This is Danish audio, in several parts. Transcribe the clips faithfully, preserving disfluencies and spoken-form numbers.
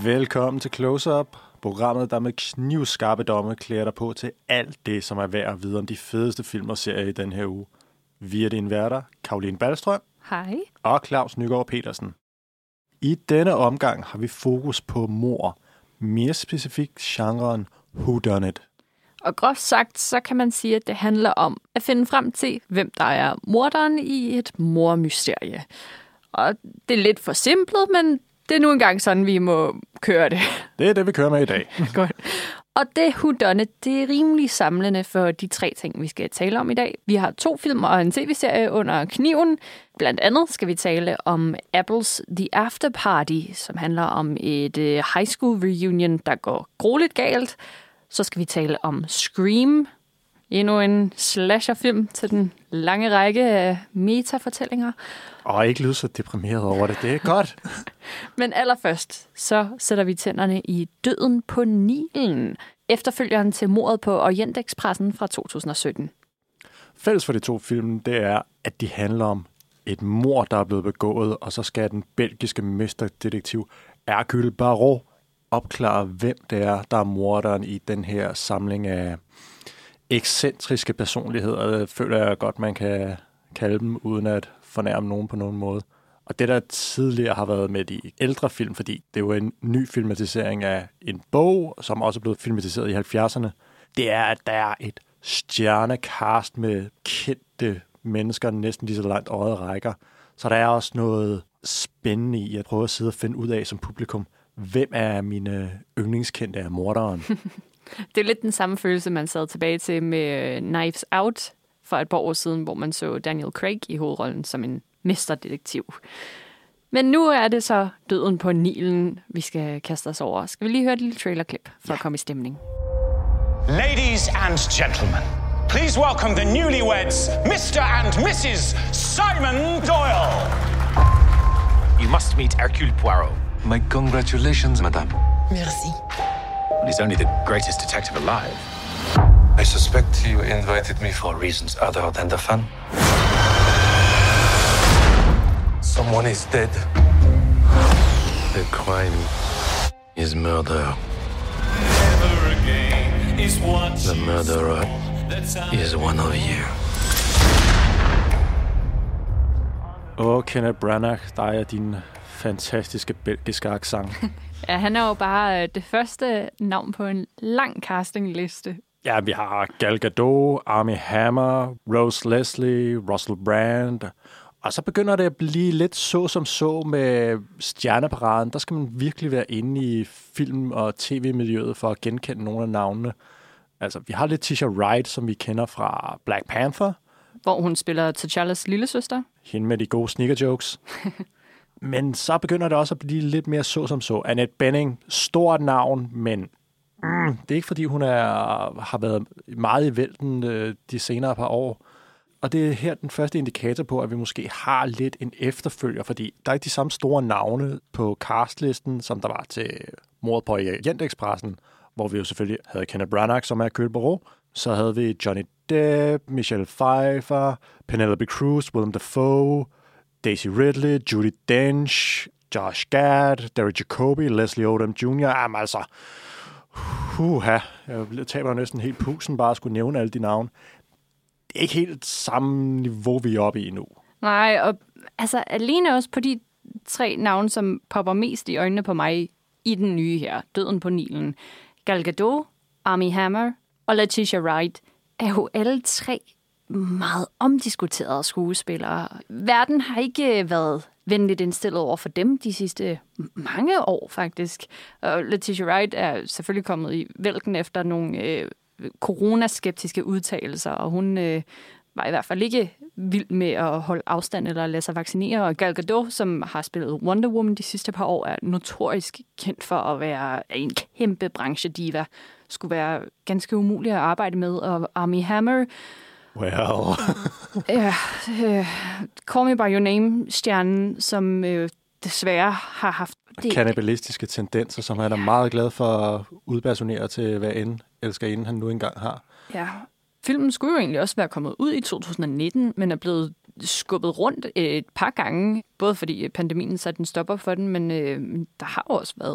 Velkommen til Close Up, programmet, der med knivskarpe domme klæder dig på til alt det, som er værd at vide om de fedeste film og serier i den her uge. Vi er dine værter, Caroline Ballstrøm. Hej. Og Claus Nygaard Petersen. I denne omgang har vi fokus på mord, mere specifikt genren whodunit. Og groft sagt, så kan man sige, at det handler om at finde frem til, hvem der er morderen i et mordmysterie. Og det er lidt forsimplet, men det er nu engang sådan, vi må køre det. Det er det, vi kører med i dag. Godt. Og det whodunit, det er rimelig samlende for de tre ting, vi skal tale om i dag. Vi har to film og en tv-serie under kniven. Blandt andet skal vi tale om Apples The After Party, som handler om et high school reunion, der går grueligt galt. Så skal vi tale om Scream, endnu en slasherfilm til den lange række af metafortællinger. Og ikke lyde så deprimeret over det, det er godt. Men allerførst, så sætter vi tænderne i Døden på Nilen, efterfølgeren til mordet på Orientekspressen fra to tusind og sytten. Fælles for de to film, det er, at de handler om et mord, der er blevet begået, og så skal den belgiske mesterdetektiv Hercule Poirot opklare, hvem det er, der er morderen i den her samling af ekscentriske personligheder. Det føler jeg godt, man kan kalde dem, uden at fornærme nogen på nogen måde. Og det, der tidligere har været med i ældre film, fordi det er jo en ny filmatisering af en bog, som også er blevet filmatiseret i halvfjerdserne, det er, at der er et stjernekast med kendte mennesker, næsten lige så langt øjet rækker. Så der er også noget spændende i at prøve at sidde og finde ud af som publikum, hvem er mine yndlingskendte af morderen? Det er lidt den samme følelse, man sad tilbage til med Knives Out for et par år siden, hvor man så Daniel Craig i hovedrollen som en mesterdetektiv. Men nu er det så Døden på Nilen, vi skal kaste os over. Skal vi lige høre et lille trailerklip for ja. at komme i stemning? Ladies and gentlemen, please welcome the newlyweds, mister and missus Simon Doyle. You must meet Hercule Poirot. My congratulations, madame. Merci. He's only the greatest detective alive. I suspect you invited me for reasons other than the fun. Someone is dead. The crime is murder. The murderer is one of you. Åh, oh, Kenneth Branagh, der er din fantastiske belgiske accent. Ja, han er jo bare det første navn på en lang castingliste. Ja, vi har Gal Gadot, Armie Hammer, Rose Leslie, Russell Brand. Og så begynder det at blive lidt så som så med stjerneparaden. Der skal man virkelig være inde i film- og tv-miljøet for at genkende nogle af navnene. Altså, vi har Letitia Wright, som vi kender fra Black Panther. Hvor hun spiller T'Challas lillesøster. Hende med de gode sneaker jokes. Men så begynder det også at blive lidt mere så som så. Annette Bening, stort navn, men mm, det er ikke fordi, hun er, har været meget i vælten øh, de senere par år. Og det er her den første indikator på, at vi måske har lidt en efterfølger, fordi der er ikke de samme store navne på castlisten, som der var til mordet på Orientekspressen, hvor vi jo selvfølgelig havde Kenneth Branagh, som er Hercule Poirot. Så havde vi Johnny Depp, Michelle Pfeiffer, Penelope Cruz, Willem Dafoe, Daisy Ridley, Judi Dench, Josh Gad, Derek Jacobi, Leslie Odom junior Jamen altså, huha, jeg taber jo næsten helt pusen bare at skulle nævne alle de navne. Det er ikke helt samme niveau, vi er oppe i nu. Nej, og altså alene også på de tre navne, som popper mest i øjnene på mig i den nye her, Døden på Nilen. Gal Gadot, Armie Hammer og Letitia Wright er jo alle tre meget omdiskuterede skuespillere. Verden har ikke været venligt indstillet over for dem de sidste mange år, faktisk. Og Letitia Wright er selvfølgelig kommet i vælten efter nogle øh, coronaskeptiske udtalelser, og hun øh, var i hvert fald ikke vild med at holde afstand eller lade sig vaccinere. Og Gal Gadot, som har spillet Wonder Woman de sidste par år, er notorisk kendt for at være en kæmpe branchediva. Skulle være ganske umuligt at arbejde med. Og Armie Hammer, well. ja, øh, Call Me By Your Name-stjernen, som øh, desværre har haft det. Kannibalistiske tendenser, som han er meget glad for at udpersonere til, hvad end elskerinde han nu engang har. Ja, filmen skulle jo egentlig også være kommet ud i to tusind nitten, men er blevet skubbet rundt et par gange, både fordi pandemien satte en stopper for den, men øh, der har også været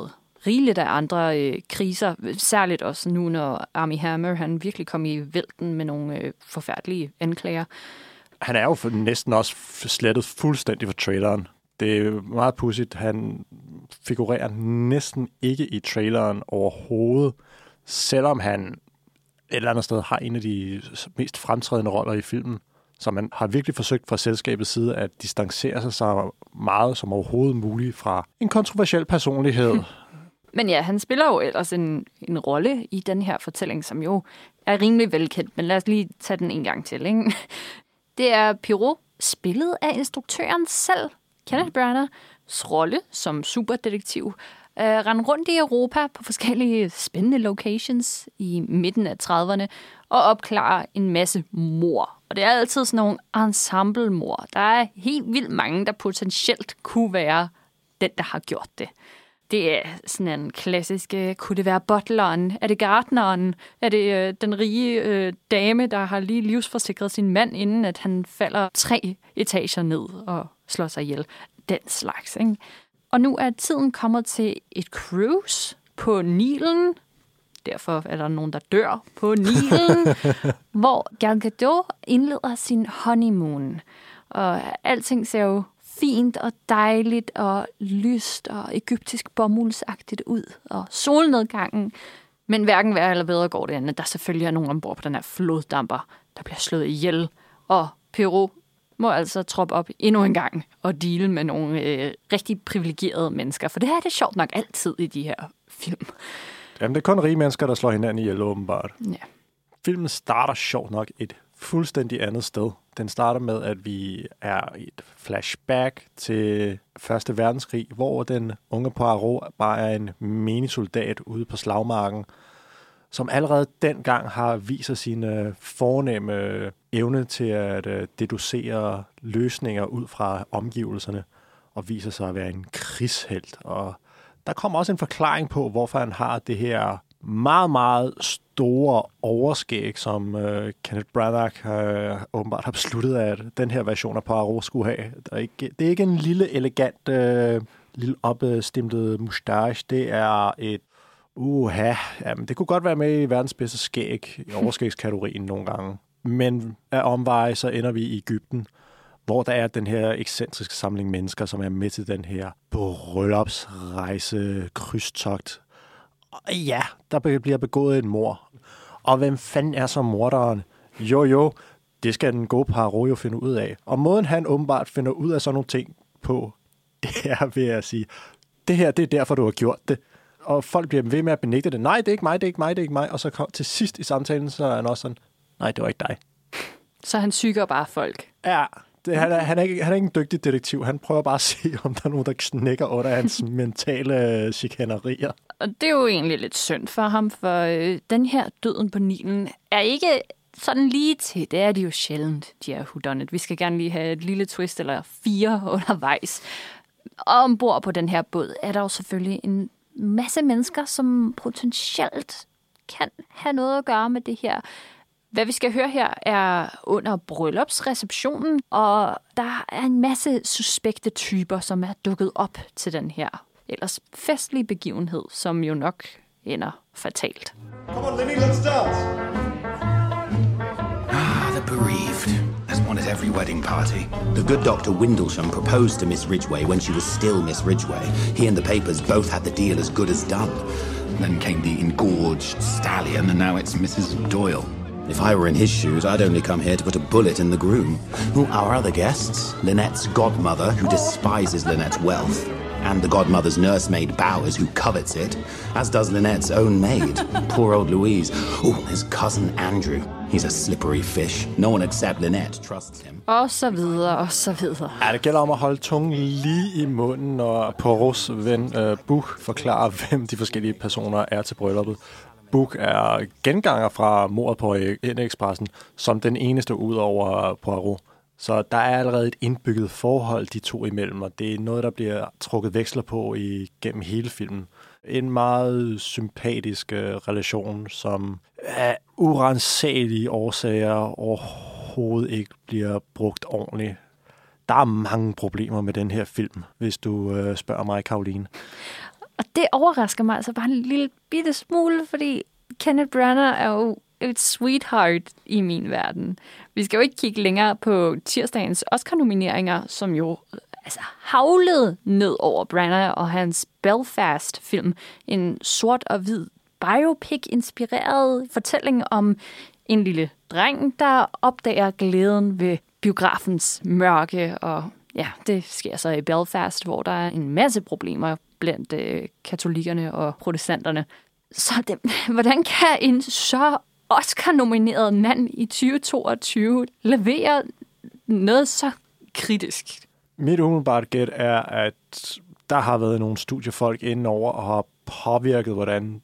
rigeligt af andre øh, kriser, særligt også nu, når Armie Hammer, han virkelig kom i vælten med nogle øh, forfærdelige anklager. Han er jo for, næsten også slettet fuldstændig fra traileren. Det er meget pudsigt. Han figurerer næsten ikke i traileren overhovedet, selvom han et eller andet sted har en af de mest fremtrædende roller i filmen. Så man har virkelig forsøgt fra selskabets side at distancere sig så meget som overhovedet muligt fra en kontroversiel personlighed. Men ja, han spiller jo ellers en, en rolle i den her fortælling, som jo er rimelig velkendt. Men lad os lige tage den en gang til, ikke? Det er Poirot, spillet af instruktøren selv, Kenneth Branaghs rolle som superdetektiv. Uh, rende rundt i Europa på forskellige spændende locations i midten af trediverne og opklare en masse mord. Og det er altid sådan nogle ensemble-mord. Der er helt vildt mange, der potentielt kunne være den, der har gjort det. Det er sådan en klassisk, kunne det være butleren? Er det gartneren? Er det øh, den rige øh, dame, der har lige livsforsikret sin mand, inden at han falder tre etager ned og slår sig ihjel? Den slags, ikke? Og nu er tiden kommet til et cruise på Nilen. Derfor er der nogen, der dør på Nilen, hvor Gal Gadot indleder sin honeymoon. Og alting ser jo fint og dejligt og lyst og egyptisk bomuldsagtigt ud, og solnedgangen. Men hverken værre eller bedre går det andet. Der selvfølgelig er nogen ombord på den her floddamper, der bliver slået ihjel. Og Poirot må altså troppe op endnu en gang og deale med nogle øh, rigtig privilegerede mennesker. For det her er det sjovt nok altid i de her film. Jamen, det er kun rige mennesker, der slår hinanden ihjel, åbenbart. Ja. Filmen starter sjovt nok et fuldstændig andet sted. Den starter med, at vi er i et flashback til Første Verdenskrig, hvor den unge Poirot bare er en menig soldat ude på slagmarken, som allerede dengang har vist sine fornemme evne til at deducere løsninger ud fra omgivelserne, og viser sig at være en krigshelt. Og der kommer også en forklaring på, hvorfor han har det her meget, meget store overskæg, som uh, Kenneth Branagh uh, åbenbart har besluttet, at den her version af Poirot skulle have. Der er ikke, det er ikke en lille, elegant, uh, lille opstimlet mustache. Det er et uha. Jamen, det kunne godt være med i verdens bedste skæg i overskægskategorien nogle gange. Men af omveje, så ender vi i Egypten, hvor der er den her ekscentriske samling mennesker, som er med til den her bryllupsrejse, krydstogt. Og ja, der bliver begået et mord. Og hvem fanden er så morderen? Jo, jo, det skal den gode Poirot jo finde ud af. Og måden han åbenbart finder ud af sådan nogle ting på, det er ved at sige, det her, det er derfor, du har gjort det. Og folk bliver ved med at benægte det. Nej, det er ikke mig, det er ikke mig, det er ikke mig. Og så kom, til sidst i samtalen, så er han også sådan, nej, det var ikke dig. Så han psyker bare folk. Ja, det, han, er, han, er ikke, han er ikke en dygtig detektiv. Han prøver bare at se, om der er nogen, der knækker under hans mentale chikanerier. Og det er jo egentlig lidt synd for ham, for øh, den her Døden på Nilen er ikke sådan lige til. Det er de jo sjældent, de her whodunit. Vi skal gerne lige have et lille twist eller fire undervejs. Og ombord på den her båd er der jo selvfølgelig en masse mennesker, som potentielt kan have noget at gøre med det her. Hvad vi skal høre her er under bryllupsreceptionen, og der er en masse suspekte typer, som er dukket op til den her ellers festlige begivenhed, som jo nok ender fatalt. Come on, Lenny, let's dance! Ah, the bereaved. That's one at every wedding party. The good Doctor Windlesham proposed to Miss Ridgway when she was still Miss Ridgway. He and the papers both had the deal as good as done. Then came the engorged stallion, and now it's Missus Doyle. If I were in his shoes, I'd only come here to put a bullet in the groom. Who our other guests? Lynette's godmother, who despises Lynette's wealth, and the godmother's nursemaid Bowers, who covets it, as does Lynette's own maid, poor old Louise. Oh, his cousin Andrew. He's a slippery fish. No one except Lynette trusts him. Og så videre, og så videre. Ja, det gælder om at holde tungen lige i munden, når Poirots ven uh, Book forklarer, hvem de forskellige personer er til brylluppet. Book er genganger fra mordet på N-Expressen, som den eneste ud over Poirot. Så der er allerede et indbygget forhold de to imellem, og det er noget, der bliver trukket veksler på igennem hele filmen. En meget sympatisk uh, relation, som af uransagelige årsager overhovedet ikke bliver brugt ordentligt. Der er mange problemer med den her film, hvis du uh, spørger mig, Karoline. Og det overrasker mig altså bare en lille bitte smule, fordi Kenneth Branagh er jo et sweetheart i min verden. Vi skal jo ikke kigge længere på tirsdagens Oscar-nomineringer, som jo altså havlede ned over Branagh og hans Belfast-film. En sort og hvid biopic-inspireret fortælling om en lille dreng, der opdager glæden ved biografens mørke. Og ja, det sker så i Belfast, hvor der er en masse problemer blandt øh, katolikkerne og protestanterne. Så det, hvordan kan en så Oscar-nomineret mand i tyve toogtyve levere noget så kritisk? Mit umiddelbart gæt er, at der har været nogle studiefolk inde over og har påvirket, hvordan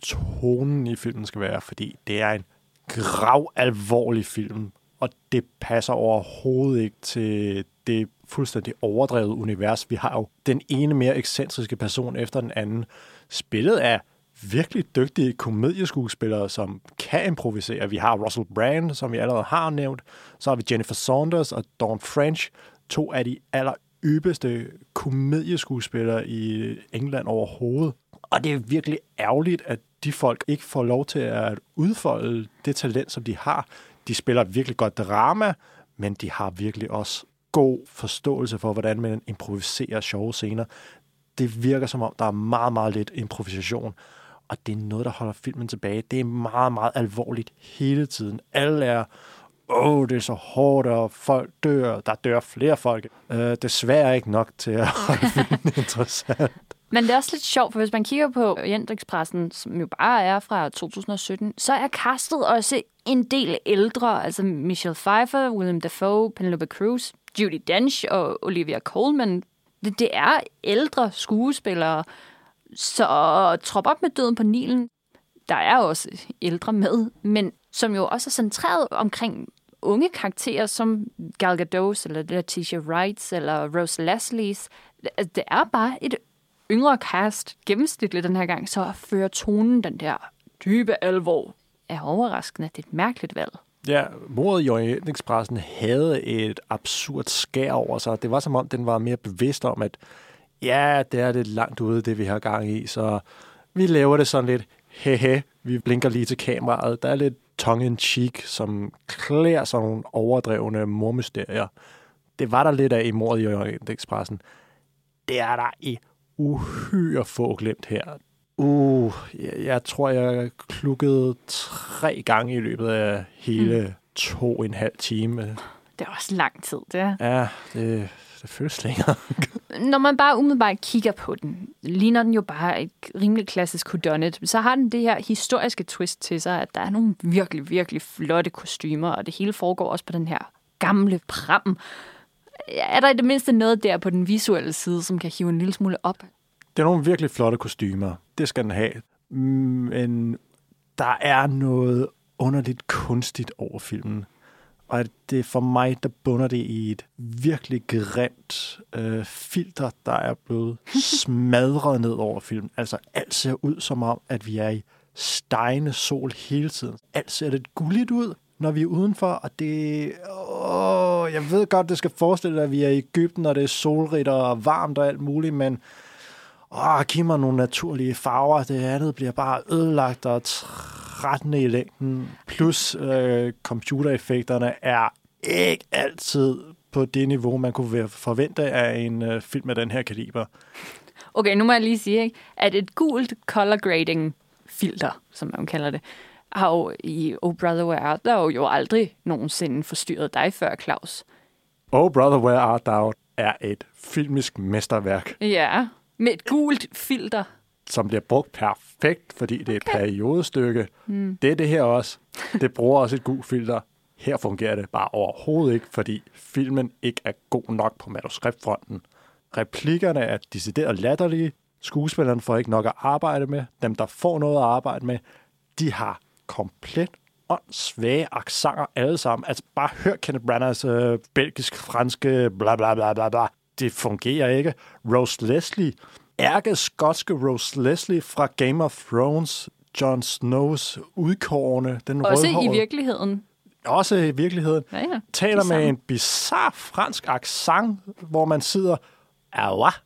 tonen i filmen skal være, fordi det er en grav alvorlig film, og det passer overhovedet ikke til det fuldstændig overdrevet univers. Vi har jo den ene mere ekscentriske person efter den anden, spillet af virkelig dygtige komedieskuespillere, som kan improvisere. Vi har Russell Brand, som vi allerede har nævnt. Så har vi Jennifer Saunders og Dawn French, to af de aller ypperste komedieskuespillere i England overhovedet. Og det er virkelig ærgerligt, at de folk ikke får lov til at udfolde det talent, som de har. De spiller virkelig godt drama, men de har virkelig også god forståelse for, hvordan man improviserer sjove scener. Det virker som om, der er meget, meget lidt improvisation, og det er noget, der holder filmen tilbage. Det er meget, meget alvorligt hele tiden. Alle er, åh, oh, det er så hårdt, og folk dør. Der dør flere folk. Uh, desværre ikke nok til at holde filmen interessant. Men det er også lidt sjovt, for hvis man kigger på Orientekspressen, som jo bare er fra to tusind og sytten, så er castet også en del ældre. Altså Michelle Pfeiffer, Willem Dafoe, Penelope Cruz, Judi Dench og Olivia Colman. Det, det er ældre skuespillere, så trop op med Døden på Nilen. Der er også ældre med, men som jo også er centreret omkring unge karakterer, som Gal Gadot, eller Letitia Wright, eller Rose Leslie's. Det er bare et yngre cast gennemsnitligt den her gang, så at føre tonen den der dybe alvor er overraskende. Det er et mærkeligt valg. Ja, mordet i Orientekspressen havde et absurd skær over sig. Det var som om, den var mere bevidst om, at ja, det er lidt langt ude, det vi har gang i, så vi laver det sådan lidt hehe, vi blinker lige til kameraet. Der er lidt tongue-in-cheek, som klæder sådan nogle overdrevne mormysterier. Det var der lidt af i mordet i Orientekspressen. Det er der i uhyre få glemt her. Uh, jeg, jeg tror, jeg klukkede tre gange i løbet af hele mm. to og en halv time. Det er også lang tid, det er. Ja, det, det føles længere. Når man bare umiddelbart kigger på den, ligner den jo bare et rimelig klassisk whodunit. Så har den det her historiske twist til sig, at der er nogle virkelig, virkelig flotte kostymer, og det hele foregår også på den her gamle pram. Er der i det mindste noget der på den visuelle side, som kan hive en lille smule op? Det er nogle virkelig flotte kostymer. Det skal den have. Men der er noget underligt kunstigt over filmen. Og det for mig, der bunder det i et virkelig grimt øh, filter, der er blevet smadret ned over filmen. Altså alt ser ud som om, at vi er i stegende sol hele tiden. Alt ser lidt gulligt ud, når vi er udenfor, og det... Åh, jeg ved godt, det skal forestille dig, at vi er i Egypten, og det er solrigt og varmt og alt muligt, men åh, giv mig nogle naturlige farver. Det andet bliver bare ødelagt og trættende i længden. Plus øh, computereffekterne er ikke altid på det niveau, man kunne forvente af en øh, film af den her kaliber. Okay, nu må jeg lige sige, ikke, at et gult color grading filter, som man kalder det, har jo i Oh Brother Where Art Thou jo aldrig nogensinde forstyrret dig før, Claus. Oh Brother Where Art Thou er et filmisk mesterværk. Ja, med et gult filter. Som bliver brugt perfekt, fordi det er et okay. periodestykke. Hmm. Det er det her også. Det bruger også et gult filter. Her fungerer det bare overhovedet ikke, fordi filmen ikke er god nok på manuskriptfronten. Replikkerne er decideret latterlige. Skuespillerne får ikke nok at arbejde med. Dem, der får noget at arbejde med, de har komplet åndssvage accenter alle sammen. Altså bare hør Kenneth Branaghs øh, belgisk-franske bla bla bla bla bla. Det fungerer ikke. Rose Leslie, ærke-skotske Rose Leslie fra Game of Thrones, Jon Snows udkårne, den også rødhårede. i virkeligheden. Også i virkeligheden. Ja, ja. Taler med en bizarre fransk accent, hvor man sidder, aua.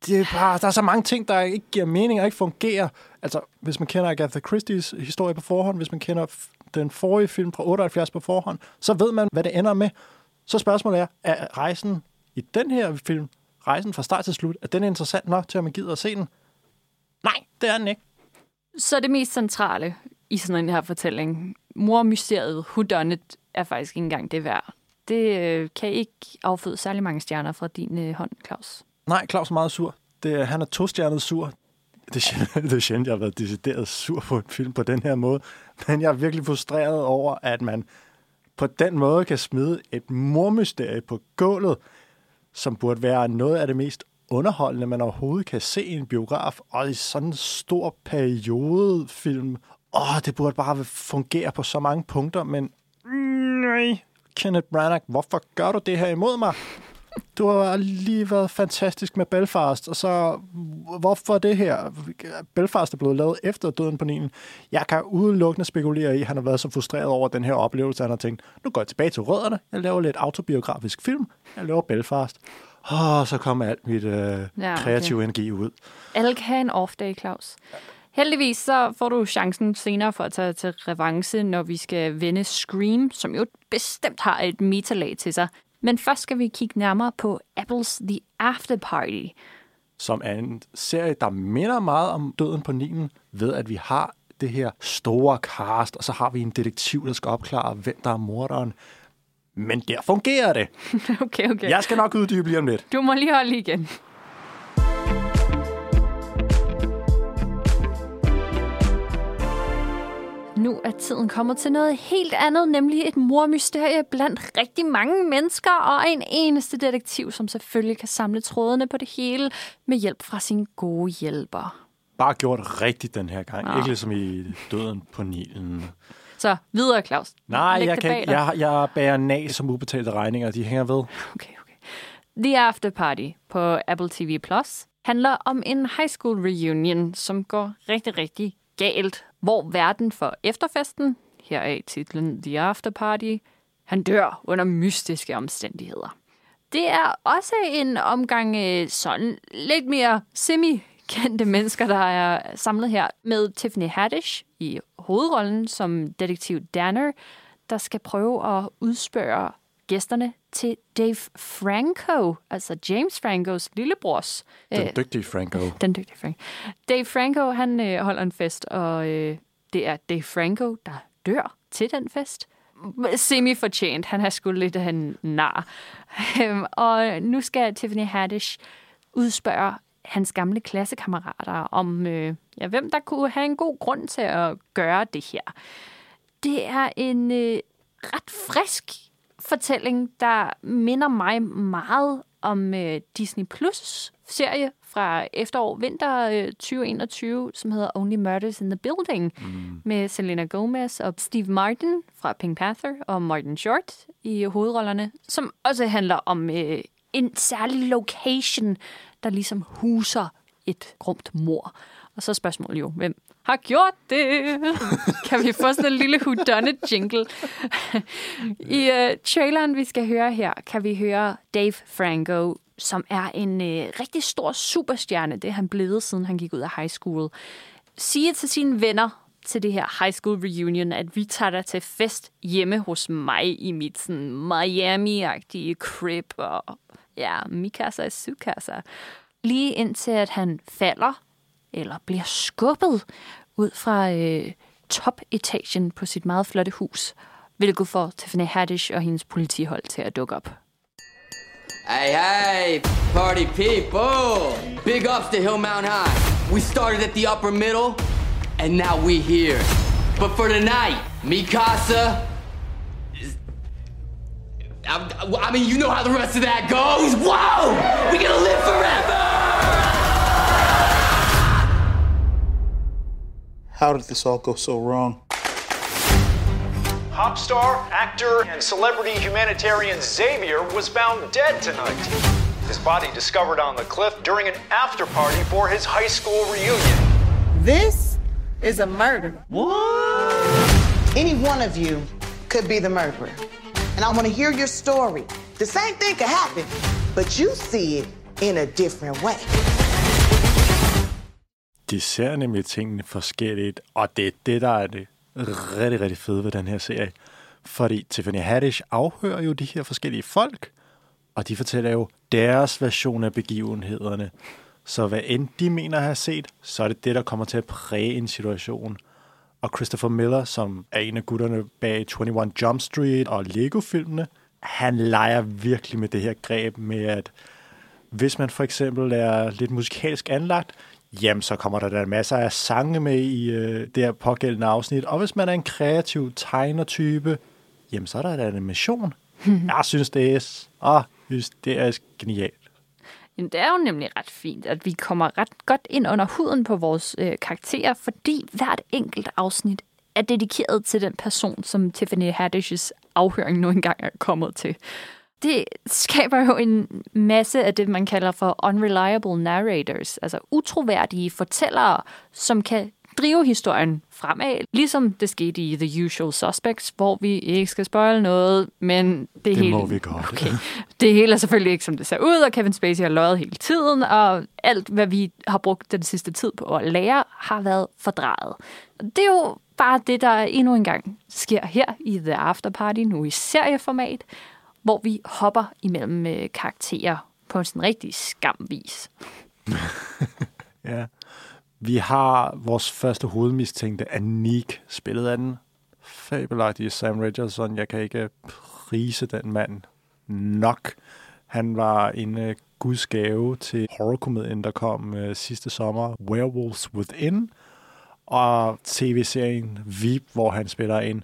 det er bare, der er så mange ting, der ikke giver mening og ikke fungerer. Altså, hvis man kender Agatha Christie's historie på forhånd, hvis man kender den forrige film fra otteoghalvfjerds på forhånd, så ved man, hvad det ender med. Så spørgsmålet er, er rejsen i den her film, rejsen fra start til slut, er den interessant nok til, at man gider at se den? Nej, det er den ikke. Så det mest centrale i sådan en her fortælling, mormysteriet, whodunit, er faktisk ikke engang det værd. Det øh, kan ikke afføde særlig mange stjerner fra din øh, hånd, Claus. Nej, Claus er meget sur. Det, han er to-stjernet sur. Det er, sjældent, det er sjældent, jeg har været decideret sur på en film på den her måde. Men jeg er virkelig frustreret over, at man på den måde kan smide et mormysterie på gulvet, som burde være noget af det mest underholdende, man overhovedet kan se i en biograf, og i sådan en stor periodefilm. Åh, det burde bare fungere på så mange punkter, men nej, Kenneth Branagh, hvorfor gør du det her imod mig? Du har lige været fantastisk med Belfast, og så hvorfor det her? Belfast er blevet lavet efter Døden på Nilen. Jeg kan udelukkende spekulere i, at han har været så frustreret over den her oplevelse, han har tænkt, nu går jeg tilbage til rødderne, jeg laver lidt autobiografisk film, jeg laver Belfast, og så kommer alt mit øh, ja, okay. kreative energi ud. Alle kan have en off-day, Claus. Heldigvis så får du chancen senere for at tage til revanche, når vi skal vende Scream, som jo bestemt har et metalag til sig. Men først skal vi kigge nærmere på Apples The After Party. Som er en serie, der minder meget om Døden på Nilen, ved at vi har det her store cast, og så har vi en detektiv, der skal opklare, hvem der er morderen. Men der fungerer det. okay, okay. Jeg skal nok uddybe lige om lidt. Du må lige holde igen. Nu er tiden kommet til noget helt andet, nemlig et mordmysterie blandt rigtig mange mennesker og en eneste detektiv, som selvfølgelig kan samle trådene på det hele med hjælp fra sin gode hjælper. Bare gjort rigtigt den her gang, ja. Ikke ligesom i Døden på Nilen. Så videre, Claus. Nej, jeg, kan, jeg, jeg bærer nag som ubetalte regninger, de hænger ved. Okay, okay. The After Party på Apple T V Plus handler om en high school reunion, som går rigtig, rigtig galt, hvor verden for efterfesten, her er titlen The After Party, han dør under mystiske omstændigheder. Det er også en omgang sådan lidt mere semi-kendte mennesker, der er samlet her, med Tiffany Haddish i hovedrollen som detektiv Danner, der skal prøve at udspørge gæsterne til Dave Franco, altså James Francos lillebrors. Den dygtige Franco. Den dygtige Franco. Dave Franco, han øh, holder en fest, og øh, det er Dave Franco, der dør til den fest. Semi-fortjent. Han har sgu lidt af en nar. Og nu skal Tiffany Haddish udspørge hans gamle klassekammerater om, øh, ja, hvem der kunne have en god grund til at gøre det her. Det er en øh, ret frisk fortælling, der minder mig meget om øh, Disney Plus serie fra efterår-vinter øh, tyve enogtyve, som hedder Only Murders in the Building, mm. med Selena Gomez og Steve Martin fra Pink Panther og Martin Short i hovedrollerne, som også handler om øh, en særlig location, der ligesom huser et grumt mord. Og så er spørgsmålet jo, hvem har gjort det? Kan vi få sådan en lille whodunit jingle? I uh, traileren, vi skal høre her, kan vi høre Dave Franco, som er en uh, rigtig stor superstjerne. Det er han blevet, siden han gik ud af high school. Sige til sine venner til det her high school reunion, at vi tager dig til fest hjemme hos mig i mit sådan Miami-agtige crib, og ja, mi casa er su casa. Lige indtil, at han falder, eller bliver skubbet ud fra øh, topetagen på sit meget flotte hus, hvilket får Tiffany Haddish og hendes politihold til at dukke op. Hey, hey, party people! Big ups to Hillmount High. We started at the upper middle, and now we here. But for tonight, mi casa is... I, I mean, you know how the rest of that goes. Whoa! We're gonna live forever! How did this all go so wrong? Pop star, actor, and celebrity humanitarian Xavier was found dead tonight. His body discovered on the cliff during an after party for his high school reunion. This is a murder. What? Any one of you could be the murderer. And I want to hear your story. The same thing could happen, but you see it in a different way. De ser nemlig tingene forskelligt, og det er det, der er det rigtig, rigtig fede ved den her serie. Fordi Tiffany Haddish afhører jo de her forskellige folk, og de fortæller jo deres version af begivenhederne. Så hvad end de mener at have set, så er det det, der kommer til at præge en situation. Og Christopher Miller, som er en af gutterne bag enogtyve Jump Street og Lego-filmene, han leger virkelig med det her greb med, at hvis man for eksempel er lidt musikalsk anlagt, jamen så kommer der da masser af sange med i øh, det her pågældende afsnit. Og hvis man er en kreativ tegnertype, jamen så er der en animation. Jeg synes, det er, åh, synes, det er genialt. Jamen, det er jo nemlig ret fint, at vi kommer ret godt ind under huden på vores øh, karakterer, fordi hvert enkelt afsnit er dedikeret til den person, som Tiffany Haddish's afhøring nu engang er kommet til. Det skaber jo en masse af det, man kalder for unreliable narrators, altså utroværdige fortællere, som kan drive historien fremad, ligesom det skete i The Usual Suspects, hvor vi ikke skal spoile noget, men det, det hele... må vi godt. Okay. Det hele er selvfølgelig ikke, som det ser ud, og Kevin Spacey har løjet hele tiden, og alt, hvad vi har brugt den sidste tid på at lære, har været fordrejet. Det er jo bare det, der endnu engang sker her i The After Party, nu i serieformat, hvor vi hopper imellem øh, karakterer på sådan en rigtig skamvis. Ja. Vi har vores første hovedmistænkte, Anik, spillet af den fabelagtige Sam Richardson. Jeg kan ikke prise den mand nok. Han var en uh, guds gave til horrorkomedien, der kom uh, sidste sommer, Werewolves Within, og tv-serien Veep, hvor han spiller en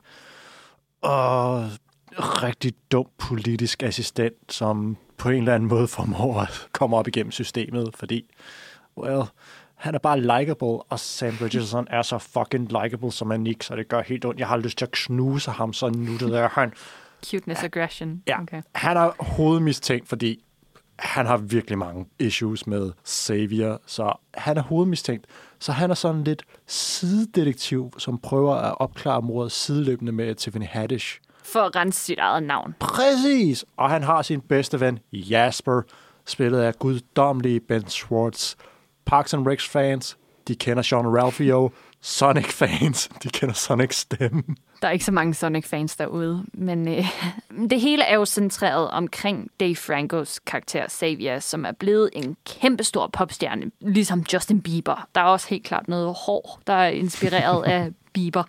uh, rigtig dum politisk assistent, som på en eller anden måde formår at komme op igennem systemet, fordi, well... han er bare likable, og Sam Richardson er så fucking likable som Anik, så det gør helt ondt. Jeg har lyst til at knuse ham, så nuttet er han. Cuteness aggression. Ja, okay. Han er hovedmistænkt, fordi han har virkelig mange issues med Xavier, så han er hovedmistænkt. Så han er sådan lidt sidedetektiv, som prøver at opklare mordet sideløbende med Tiffany Haddish. For at rense sit eget navn. Præcis! Og han har sin bedste ven, Jasper, spillet af guddommelige Ben Schwartz. Parks and Recs fans, de kender Sean Ralphio. Sonic fans, de kender Sonics stemme. Der er ikke så mange Sonic fans derude, men øh, det hele er jo centreret omkring Dave Francos karakter Xavier, som er blevet en kæmpestor popstjerne, ligesom Justin Bieber. Der er også helt klart noget hår, der er inspireret af Bieber.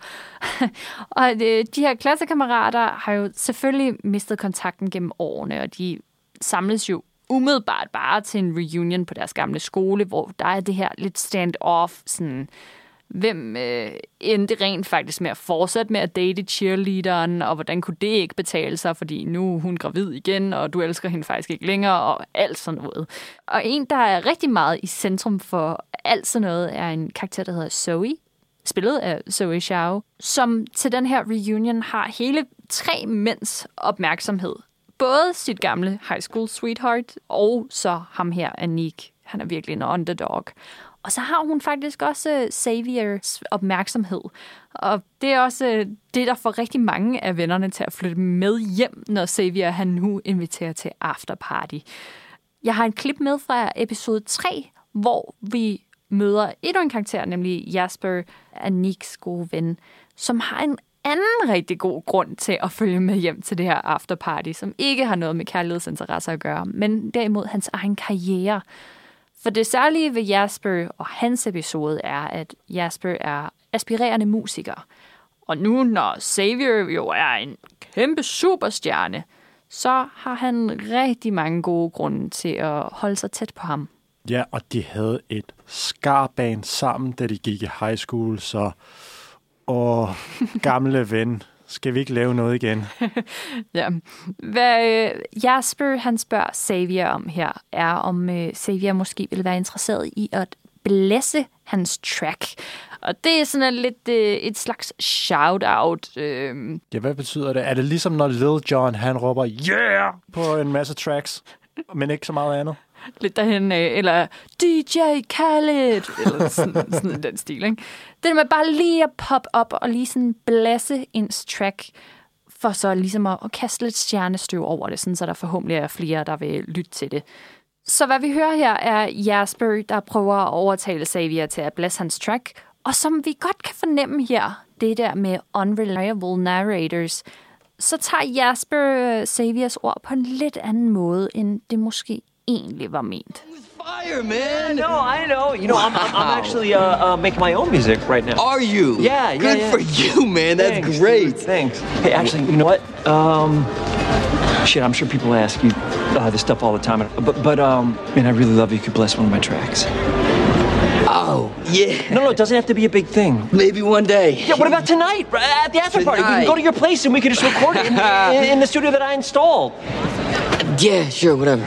Og øh, de her klassekammerater har jo selvfølgelig mistet kontakten gennem årene, og de samles jo umiddelbart bare til en reunion på deres gamle skole, hvor der er det her lidt stand-off, sådan, hvem øh, endte rent faktisk med at fortsætte med at date cheerleaderen, og hvordan kunne det ikke betale sig, fordi nu er hun gravid igen, og du elsker hende faktisk ikke længere, og alt sådan noget. Og en, der er rigtig meget i centrum for alt sådan noget, er en karakter, der hedder Zoe, spillet af Zoe Zhao, som til den her reunion har hele tre mænds opmærksomhed. Både sit gamle high school sweetheart, og så ham her, Anik. Han er virkelig en underdog. Og så har hun faktisk også Xaviers opmærksomhed. Og det er også det, der får rigtig mange af vennerne til at flytte med hjem, når Xavier han nu inviterer til afterparty. Jeg har en klip med fra episode tre, hvor vi møder endnu en karakter, nemlig Jasper, Aniks gode ven, som har en anden rigtig god grund til at følge med hjem til det her afterparty, som ikke har noget med kærlighedsinteresser at gøre, men derimod hans egen karriere. For det særlige ved Jasper og hans episode er, at Jasper er aspirerende musiker. Og nu, når Xavier jo er en kæmpe superstjerne, så har han rigtig mange gode grunde til at holde sig tæt på ham. Ja, og de havde et skarband sammen, da de gik i high school, så åh, gamle ven, skal vi ikke lave noget igen? Ja. Hvad Jasper han spørger Xavier om her, er om uh, Xavier måske vil være interesseret i at blæsse hans track. Og det er sådan lidt uh, et slags shout-out. Uh... Ja, hvad betyder det? Er det ligesom, når Lil Jon, han råber, yeah, på en masse tracks, men ikke så meget andet? Lidt derhen, eller D J Khaled, eller sådan, sådan den stil, ikke? Det med bare lige at poppe op og lige sådan blæse ens track, for så ligesom at, at kaste lidt stjernestøv over det, sådan, så der forhåbentlig er flere, der vil lytte til det. Så hvad vi hører her er Jasper, der prøver at overtale Xavier til at blæse hans track, og som vi godt kan fornemme her, det der med unreliable narrators, så tager Jasper Xaviers ord på en lidt anden måde, end det måske egentlig var ment. Fire, man! Yeah, no, I know. You know, I'm, I'm, I'm actually uh, uh, making my own music right now. Are you? Yeah, yeah, Good yeah. for you, man. That's Thanks, great. dude, thanks. Hey, actually, you know what? Um, shit, I'm sure people ask you uh, this stuff all the time. But, but um, man, I really love you. You could bless one of my tracks. Oh, yeah. No, no, it doesn't have to be a big thing. Maybe one day. Yeah, what about tonight? At the after party? We can go to your place and we can just record it in, in, in the studio that I installed. Yeah, sure, whatever.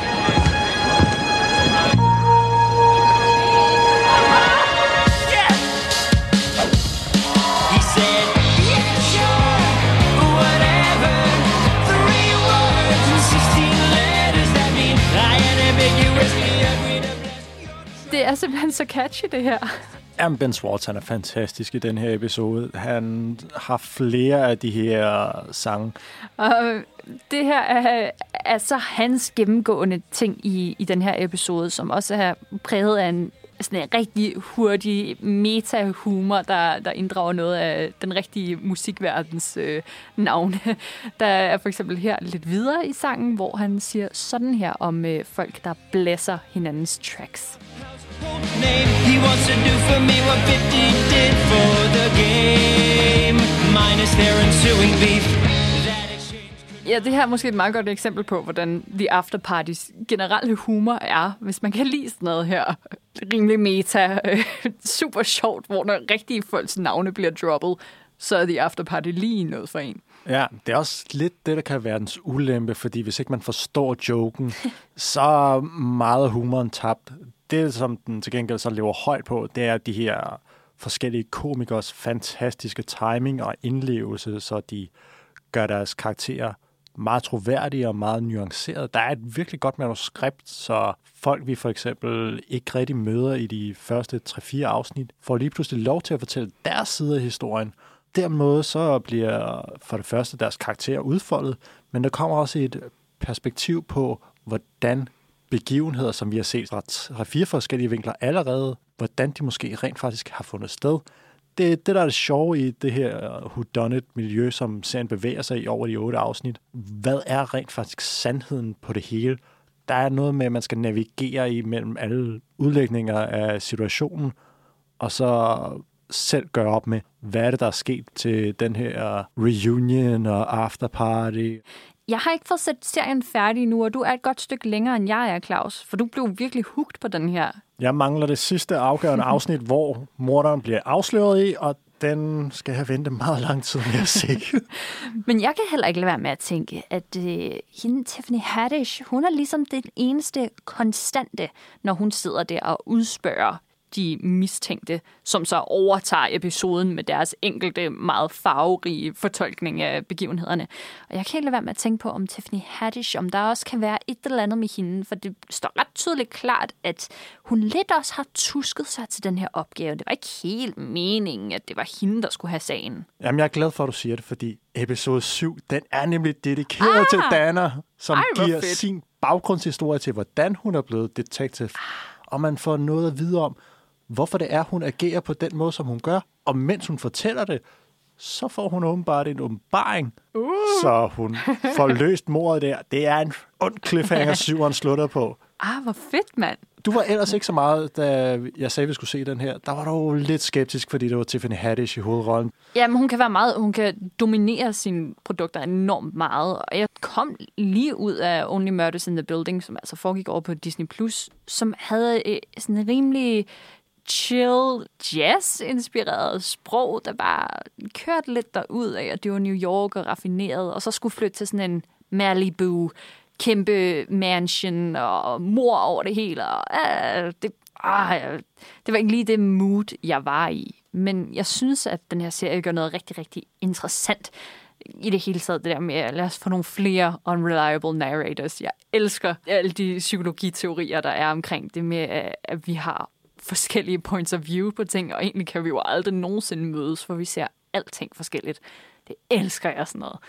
Det er simpelthen så catchy, det her. Jamen, Ben Schwartz, han er fantastisk i den her episode. Han har flere af de her sange. Og det her er altså hans gennemgående ting i, i den her episode, som også er præget af en sådan en rigtig hurtig meta-humor, der, der inddrager noget af den rigtige musikverdens øh, navne. Der er for eksempel her lidt videre i sangen, hvor han siger sådan her om øh, folk, der blæser hinandens tracks. He wants to do for me what fifty did for the game, minus their ensuing beef. Ja, det her er måske et meget godt eksempel på, hvordan The After Parties generelle humor er, hvis man kan lide sådan noget her. Rimelig meta, øh, super sjovt, hvor når rigtige folks navne bliver droppet, så er The After Party lige noget for en. Ja, det er også lidt det, der kan være dens ulempe, fordi hvis ikke man forstår joken, så er meget af humoren tabt. Det, som den til gengæld så lever højt på, det er de her forskellige komikers fantastiske timing og indlevelse, så de gør deres karakterer meget troværdige og meget nuancerede. Der er et virkelig godt manuskript, så folk, vi for eksempel ikke rigtig møder i de første tre fire afsnit, får lige pludselig lov til at fortælle deres side af historien. Dermed så bliver for det første deres karakterer udfoldet, men der kommer også et perspektiv på, hvordan begivenheder, som vi har set fra tre fire forskellige vinkler allerede, hvordan de måske rent faktisk har fundet sted. Det, det der er det sjove i det her whodunit-miljø, som serien bevæger sig i over de otte afsnit. Hvad er rent faktisk sandheden på det hele? Der er noget med, at man skal navigere imellem alle udlægninger af situationen, og så selv gøre op med, hvad er det, der er sket til den her reunion og afterparty. Jeg har ikke fået set serien færdig nu, og du er et godt stykke længere, end jeg er, Claus. For du blev virkelig hugt på den her. Jeg mangler det sidste afgørende afsnit, hvor morderen bliver afsløret i, og den skal jeg vente meget lang tid med at se. Men jeg kan heller ikke lade være med at tænke, at øh, hende, Tiffany Haddish, hun er ligesom den eneste konstante, når hun sidder der og udspørger de mistænkte, som så overtager episoden med deres enkelte, meget farverige fortolkning af begivenhederne. Og jeg kan ikke lade være med at tænke på, om Tiffany Haddish, om der også kan være et eller andet med hende, for det står ret tydeligt klart, at hun lidt også har tusket sig til den her opgave. Det var ikke helt meningen, at det var hende, der skulle have sagen. Jamen, jeg er glad for, at du siger det, fordi episode syv, den er nemlig dedikeret ah! til Dana, som Ej, giver fedt. sin baggrundshistorie til, hvordan hun er blevet detective. Og man får noget at vide om, hvorfor det er, hun agerer på den måde, som hun gør. Og mens hun fortæller det, så får hun åbenbart en åbenbaring. Uh. Så hun får løst mordet der. Det er en ond cliffhanger, syveren slutter på. Ah, hvor fedt, mand. Du var ellers ikke så meget, da jeg sagde, at vi skulle se den her. Der var du lidt skeptisk, fordi det var Tiffany Haddish i hovedrollen. Ja, men hun kan være meget, hun kan dominere sine produkter enormt meget. Og jeg kom lige ud af Only Murders in the Building, som altså foregik over på Disney Plus, som havde sådan en rimelig chill, jazz-inspireret sprog, der bare kørte lidt derud af, at det var New York og raffineret, og så skulle flytte til sådan en Malibu, kæmpe mansion og mor over det hele. Og, øh, det, øh, det var ikke lige det mood, jeg var i. Men jeg synes, at den her serie gør noget rigtig, rigtig interessant i det hele taget. Det der med, at lad os få nogle flere unreliable narrators. Jeg elsker alle de psykologiteorier, der er omkring det med, at vi har forskellige points of view på ting, og egentlig kan vi jo aldrig nogensinde mødes, for vi ser alting forskelligt. Det elsker jeg sådan noget.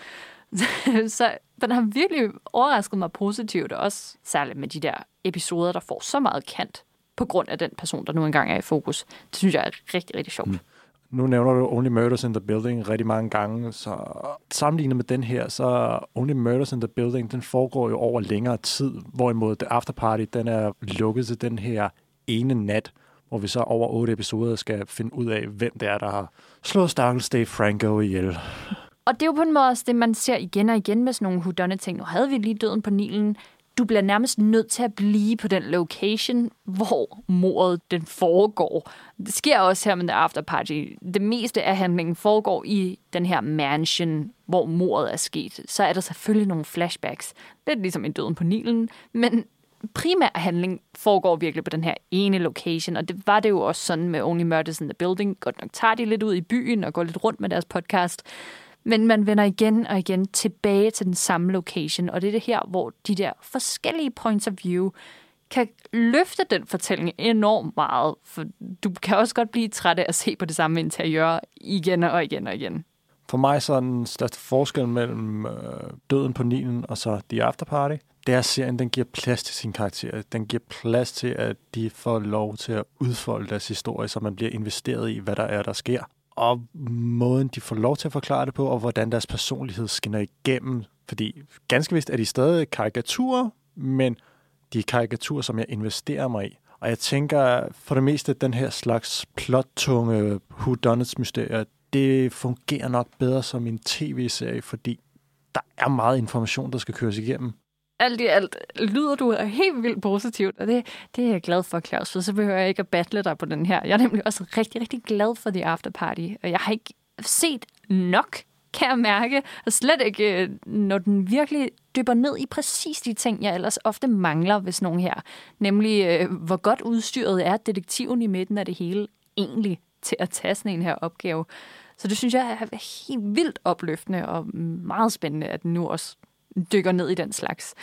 Så den har virkelig overrasket mig positivt, også særligt med de der episoder, der får så meget kant på grund af den person, der nu engang er i fokus. Det synes jeg er rigtig, rigtig sjovt. Mm. Nu nævner du Only Murders in the Building rigtig mange gange, så sammenlignet med den her, så Only Murders in the Building, den foregår jo over længere tid, hvorimod The After Party, den er lukket til den her ene nat, hvor vi så over otte episoder skal finde ud af, hvem det er, der har slået stakkels Dave Franco ihjel. Og det er jo på en måde også det, man ser igen og igen med sådan nogle whodunit-ting. Nu havde vi lige Døden på Nilen. Du bliver nærmest nødt til at blive på den location, hvor mordet den foregår. Det sker også her med The After Party. Det meste af handlingen foregår i den her mansion, hvor mordet er sket. Så er der selvfølgelig nogle flashbacks. Lidt ligesom i Døden på Nilen, men primær handling foregår virkelig på den her ene location, og det var det jo også sådan med Only Murders in the Building. Godt nok tager de lidt ud i byen og går lidt rundt med deres podcast, men man vender igen og igen tilbage til den samme location, og det er det her, hvor de der forskellige points of view kan løfte den fortælling enormt meget, for du kan også godt blive træt af at se på det samme interiør igen og igen og igen. For mig så er den største forskel mellem øh, Døden på Nilen og så The After Party, det er, at serien den giver plads til sine karakterer. Den giver plads til, at de får lov til at udfolde deres historie, så man bliver investeret i, hvad der er, der sker. Og måden, de får lov til at forklare det på, og hvordan deres personlighed skinner igennem. Fordi ganske vist er de stadig karikaturer, men de er karikaturer, som jeg investerer mig i. Og jeg tænker, for det meste, den her slags plottunge whodunits-mysterier, det fungerer nok bedre som en tv-serie, fordi der er meget information, der skal køres igennem. Alt i alt lyder du helt vildt positivt, og det, det er jeg glad for, Claus, for så behøver jeg ikke at battle dig på den her. Jeg er nemlig også rigtig, rigtig glad for The After Party, og jeg har ikke set nok, kan jeg mærke, og slet ikke, når den virkelig dypper ned i præcis de ting, jeg ellers ofte mangler ved sådan nogle her. Nemlig, hvor godt udstyret er detektiven i midten af det hele egentlig til at tage sådan en her opgave. Så det synes jeg er helt vildt opløftende og meget spændende, at den nu også dykker ned i den slags.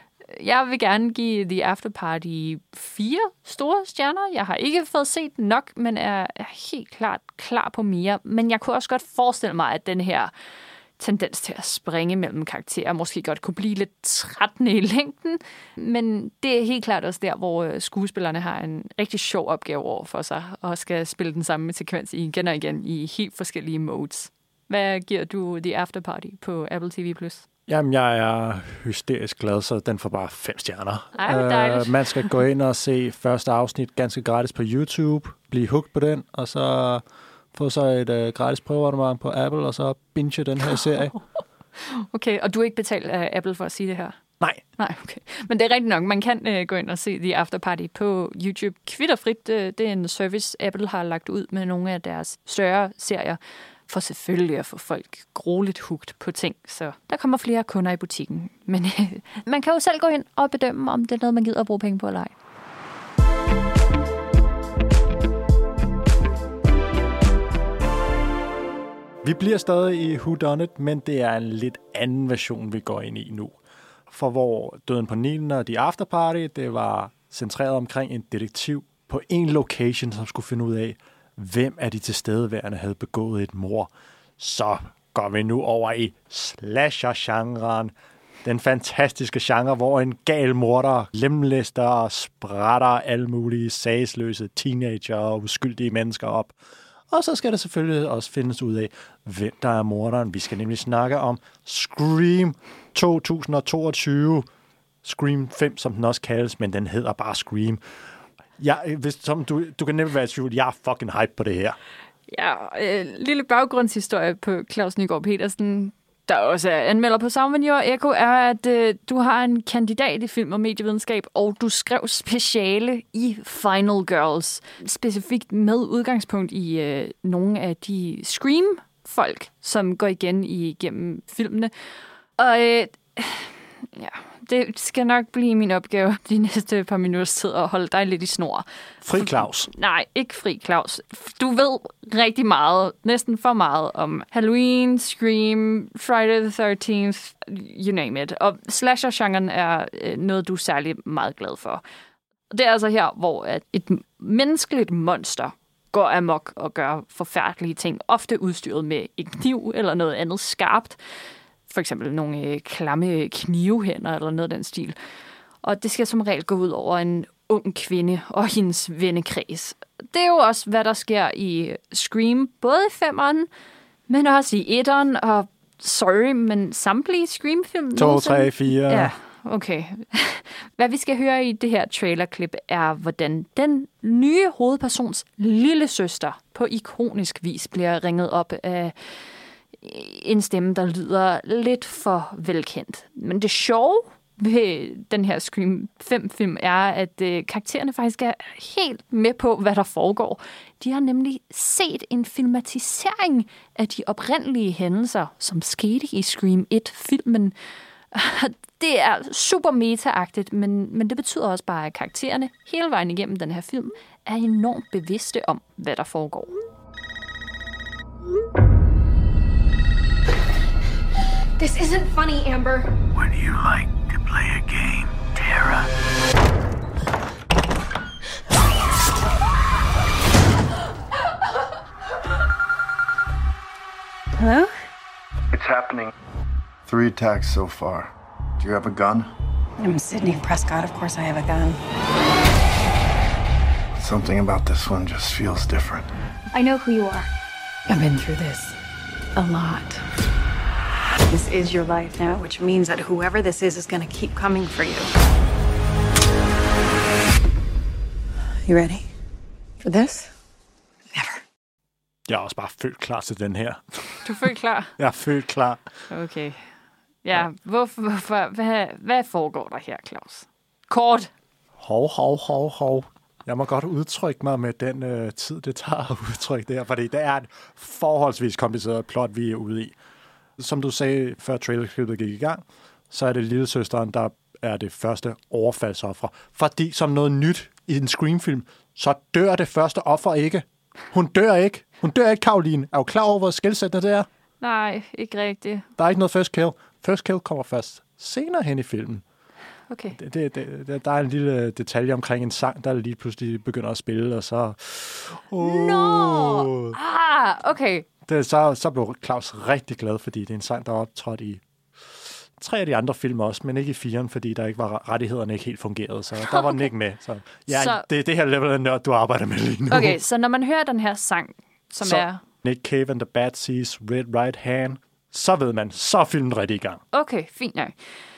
Jeg vil gerne give The After Party fire store stjerner. Jeg har ikke fået set nok, men er helt klart klar på mere. Men jeg kunne også godt forestille mig, at den her tendens til at springe mellem karakterer måske godt kunne blive lidt trættende i længden. Men det er helt klart også der, hvor skuespillerne har en rigtig sjov opgave over for sig, og skal spille den samme sekvens igen og igen i helt forskellige modes. Hvad giver du The After Party på Apple T V plus? Jamen, jeg er hysterisk glad, så den får bare fem stjerner. Ej, uh, man skal gå ind og se første afsnit ganske gratis på YouTube, blive hooked på den, og så få så et uh, gratis prøveabonnement på Apple, og så binge den her serie. Okay, og du er ikke betalt af Apple for at sige det her? Nej. Nej, okay. Men det er rigtigt nok. Man kan uh, gå ind og se The After Party på YouTube. Kvitterfrit, uh, det er en service, Apple har lagt ud med nogle af deres større serier, for selvfølgelig at få folk grueligt hugt på ting, så der kommer flere kunder i butikken. Men øh, man kan jo selv gå ind og bedømme, om det er noget, man gider at bruge penge på eller ej. Vi bliver stadig i whodunit, men det er en lidt anden version, vi går ind i nu. For hvor Døden på Nilen og The After Party, det var centreret omkring en detektiv på en location, som skulle finde ud af, hvem af de tilstedeværende havde begået et mord. Så går vi nu over i slasher-genren. Den fantastiske genre, hvor en gal morder lemlæster og sprætter alle mulige sagsløse teenager og uskyldige mennesker op. Og så skal det selvfølgelig også findes ud af, hvem der er morderen. Vi skal nemlig snakke om Scream to tusind toogtyve. Scream fem, som den også kaldes, men den hedder bare Scream. Ja, hvis, som du, du kan nemt være i tvivl. Jeg er fucking hype på det her. Ja, øh, lille baggrundshistorie på Claus Nygaard Petersen, der også er anmelder på Sagvenjør og Eko, er, at øh, du har en kandidat i film- og medievidenskab, og du skrev speciale i Final Girls. Specifikt med udgangspunkt i øh, nogle af de Scream-folk, som går igen igennem filmene. Og øh, ja... Det skal nok blive min opgave de næste par minutters tid at holde dig lidt i snor. Fri Claus. Nej, ikke fri Claus. Du ved rigtig meget, næsten for meget om Halloween, Scream, Friday the thirteenth, you name it. Og slasher-genren er noget, du er særlig meget glad for. Det er altså her, hvor et menneskeligt monster går amok og gør forfærdelige ting, ofte udstyret med en kniv eller noget andet skarpt. for eksempel nogle øh, klamme knivehænder eller noget af den stil. Og det skal som regel gå ud over en ung kvinde og hendes vennekreds. Det er jo også, hvad der sker i Scream, både i femeren, men også i etteren, og sorry, men samtlige Scream-film. to, tre, fire. Ja, okay. Hvad vi skal høre i det her trailerklip er, hvordan den nye hovedpersons lille søster på ikonisk vis bliver ringet op af en stemme, der lyder lidt for velkendt. Men det sjove ved den her Scream fem-film er, at øh, karaktererne faktisk er helt med på, hvad der foregår. De har nemlig set en filmatisering af de oprindelige hændelser, som skete i Scream et-filmen. Det er super meta-agtigt, men, men det betyder også bare, at karaktererne hele vejen igennem den her film er enormt bevidste om, hvad der foregår. This isn't funny, Amber. Would you like to play a game, Tara? Hello? It's happening. Three attacks so far. Do you have a gun? I'm Sydney Prescott. Of course I have a gun. Something about this one just feels different. I know who you are. I've been through this a lot. This is your life now, which means that whoever this is is going to keep coming for you. You ready for this? Jeg er også bare følt klar til den her. Du er følt klar? Jeg er følt klar. Okay. Ja, hvorfor, hvorfor, hvad, hvad foregår der her, Claus? Kort. Hov, hov, hov, hov. Jeg må godt udtrykke mig med den øh, tid, det tager at udtrykke det her, fordi det er et forholdsvis kompliceret plot, vi er ude i. Som du sagde, før trailerklippet gik i gang, så er det lillesøsteren, der er det første overfaldsoffer. Fordi som noget nyt i en Scream-film, så dør det første offer ikke. Hun dør ikke. Hun dør ikke, Caroline. Er du klar over, hvor skelsættende det er? Nej, ikke rigtigt. Der er ikke noget first kill. First kill kommer først senere hen i filmen. Okay. Det, det, det, der er en lille detalje omkring en sang, der lige pludselig begynder at spille, og så... Oh. Nå! Ah, okay. Det, så, så blev Claus rigtig glad, fordi det er en sang, der er optrådt i tre af de andre film også, men ikke i firen, fordi der ikke var rettighederne ikke helt fungerede, så der var den ikke med. Så, ja, så... Det er det her level af nørd, du arbejder med lige nu. Okay, så når man hører den her sang, som så, er... Nick Cave and the Bad Seeds, Red Right Hand, så ved man, så er filmen rigtig i gang. Okay, fint nok.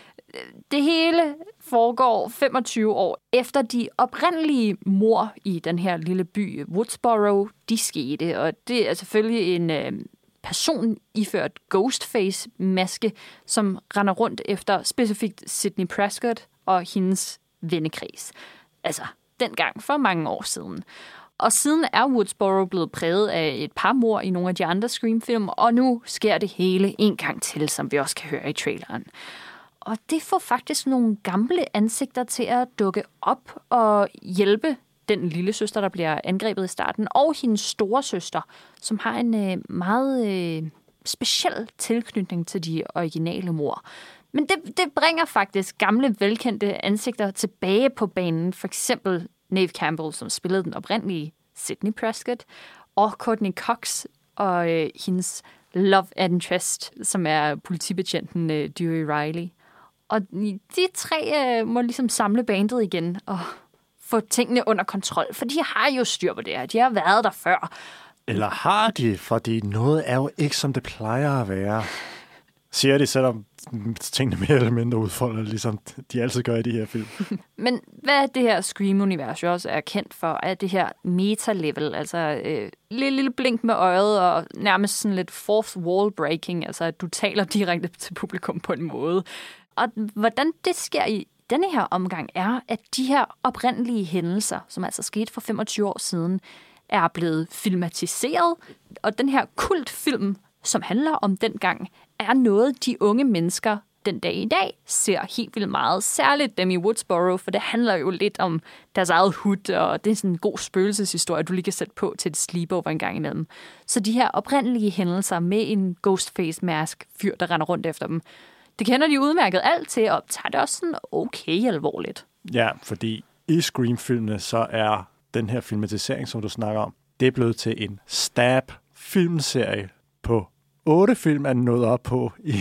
Det hele foregår femogtyve år efter de oprindelige mord i den her lille by Woodsboro, de skete, og det er selvfølgelig en øh, person iført Ghostface-maske, som render rundt efter specifikt Sydney Prescott og hendes vennekreds. Altså, dengang for mange år siden. Og siden er Woodsboro blevet præget af et par mord i nogle af de andre Scream-film, og nu sker det hele en gang til, som vi også kan høre i traileren. Og det får faktisk nogle gamle ansigter til at dukke op og hjælpe den lille søster, der bliver angrebet i starten, og hendes store søster, som har en øh, meget øh, speciel tilknytning til de originale mord. Men det, det bringer faktisk gamle, velkendte ansigter tilbage på banen. For eksempel Neve Campbell, som spillede den oprindelige Sydney Prescott, og Courtney Cox og øh, hendes love interest, som er politibetjenten øh, Dewey Riley. Og de tre øh, må ligesom samle bandet igen og få tingene under kontrol, for de har jo styr på det her. De har været der før. Eller har de? Fordi noget er jo ikke, som det plejer at være. Siger de, selvom tingene mere eller mindre udfolder, ligesom de altid gør i de her film. Men hvad det her Scream-univers jo også er kendt for, er det her meta-level, altså øh, lille, lille blink med øjet og nærmest sådan lidt fourth wall breaking, altså at du taler direkte til publikum på en måde. Og hvordan det sker i denne her omgang er, at de her oprindelige hændelser, som altså skete for femogtyve år siden, er blevet filmatiseret, og den her kultfilm, som handler om dengang, er noget, de unge mennesker den dag i dag ser helt vildt meget. Særligt dem i Woodsboro, for det handler jo lidt om deres eget hood, og det er sådan en god spøgelseshistorie, du lige kan sætte på til et sleepover en gang imellem. Så de her oprindelige hændelser med en Ghostface-mask fyr, der render rundt efter dem, det kender de udmærket alt til, og tager det også sådan okay alvorligt. Ja, fordi i Scream-filmene, så er den her filmatisering, som du snakker om, det er blevet til en Stab-filmserie på otte film, er nået op på i,